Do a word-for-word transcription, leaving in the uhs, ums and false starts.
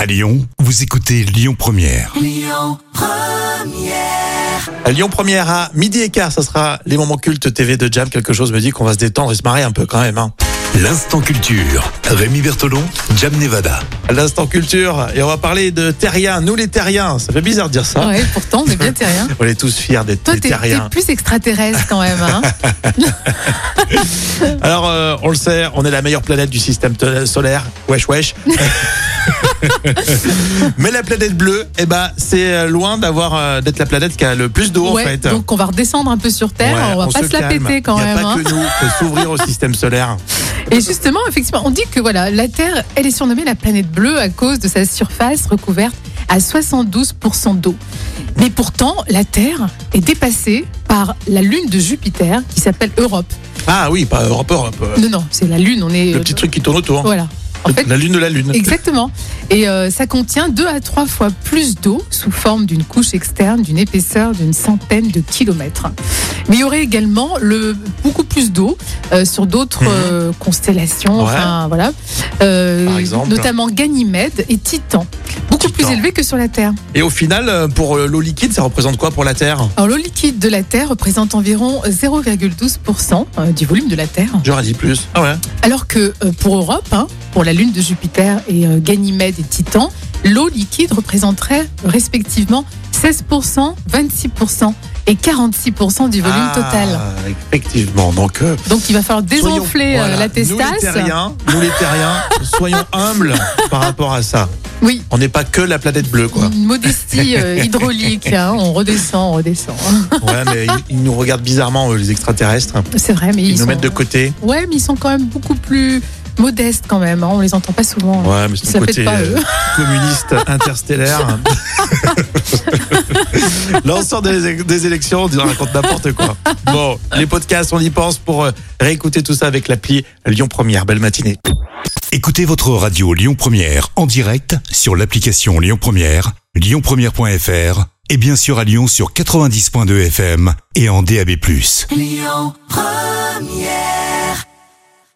À Lyon, vous écoutez Lyon Première. Lyon Première. À Lyon Première à midi et quart, ça sera les moments cultes T V de Jam. Quelque chose me dit qu'on va se détendre et se marrer un peu quand même. Hein. L'instant culture. Rémi Bertolon, Jam Nevada. L'instant culture, et on va parler de terriens. Nous les terriens, ça fait bizarre de dire ça. Ouais, pourtant, on est bien terrien. On est tous fiers d'être Toi, des t'es, t'es terriens. plus extraterrestre quand même. Hein. Alors, euh, on le sait, on est la meilleure planète du système te- solaire. Wesh, wesh. Mais la planète bleue, eh ben, c'est loin d'avoir euh, d'être la planète qui a le plus d'eau Ouais, en fait. donc on va redescendre un peu sur Terre, Ouais, on va pas se se la calme. péter quand Il n'y a même. pas hein. que nous, il faut s'ouvrir au système solaire. Et justement, effectivement, on dit que voilà, la Terre, elle est surnommée la planète bleue à cause de sa surface recouverte à soixante-douze pour cent d'eau. Mais pourtant, la Terre est dépassée par la lune de Jupiter qui s'appelle Europe. Ah oui, pas Europe, Europe. euh, Non, non, c'est la lune, on est... Le petit truc qui tourne autour. Voilà. En fait, La lune de la lune. exactement. Et euh, ça contient deux à trois fois plus d'eau sous forme d'une couche externe d'une épaisseur d'une centaine de kilomètres. Mais il y aurait également le, beaucoup plus d'eau euh, sur d'autres Mhm. euh, constellations, Ouais. enfin voilà, Euh, Par exemple. notamment Ganymède et Titan, beaucoup Titan. plus élevés que sur la Terre. Et au final, euh, pour euh, l'eau liquide, ça représente quoi pour la Terre? Alors l'eau liquide de la Terre représente environ zéro virgule douze pour cent euh, du volume de la Terre. J'aurais dit plus. Ah ouais. Alors que euh, pour Europe, hein, pour la lune de Jupiter et euh, Ganymède et Titan, l'eau liquide représenterait respectivement seize pour cent, vingt-six pour cent et quarante-six pour cent du volume Ah, total. Effectivement. Donc, euh, Donc il va falloir désenfler soyons- euh, voilà. la Nous les testasse. terriens, nous les terriens, soyons humbles par rapport à ça. Oui, On n'est pas que la planète bleue, quoi. une modestie euh, hydraulique. hein, on redescend, on redescend. Ouais, mais ils, ils nous regardent bizarrement, eux, les extraterrestres. C'est vrai, mais Ils, ils, nous sont... mettent de côté. Ouais, mais ils sont quand même beaucoup plus modestes quand même. Hein, on les entend pas souvent. Ouais, mais c'est Ça le pète côté pas, euh, eux. communiste interstellaire. L'ensemble des, des élections, on raconte n'importe quoi. Bon, les podcasts, on y pense pour euh, réécouter tout ça avec l'appli Lyon Première. Belle matinée. Écoutez votre radio Lyon Première en direct sur l'application Lyon Première, lyon première point f r et bien sûr à Lyon sur quatre-vingt-dix point deux F M et en D A B plus. Lyon Première.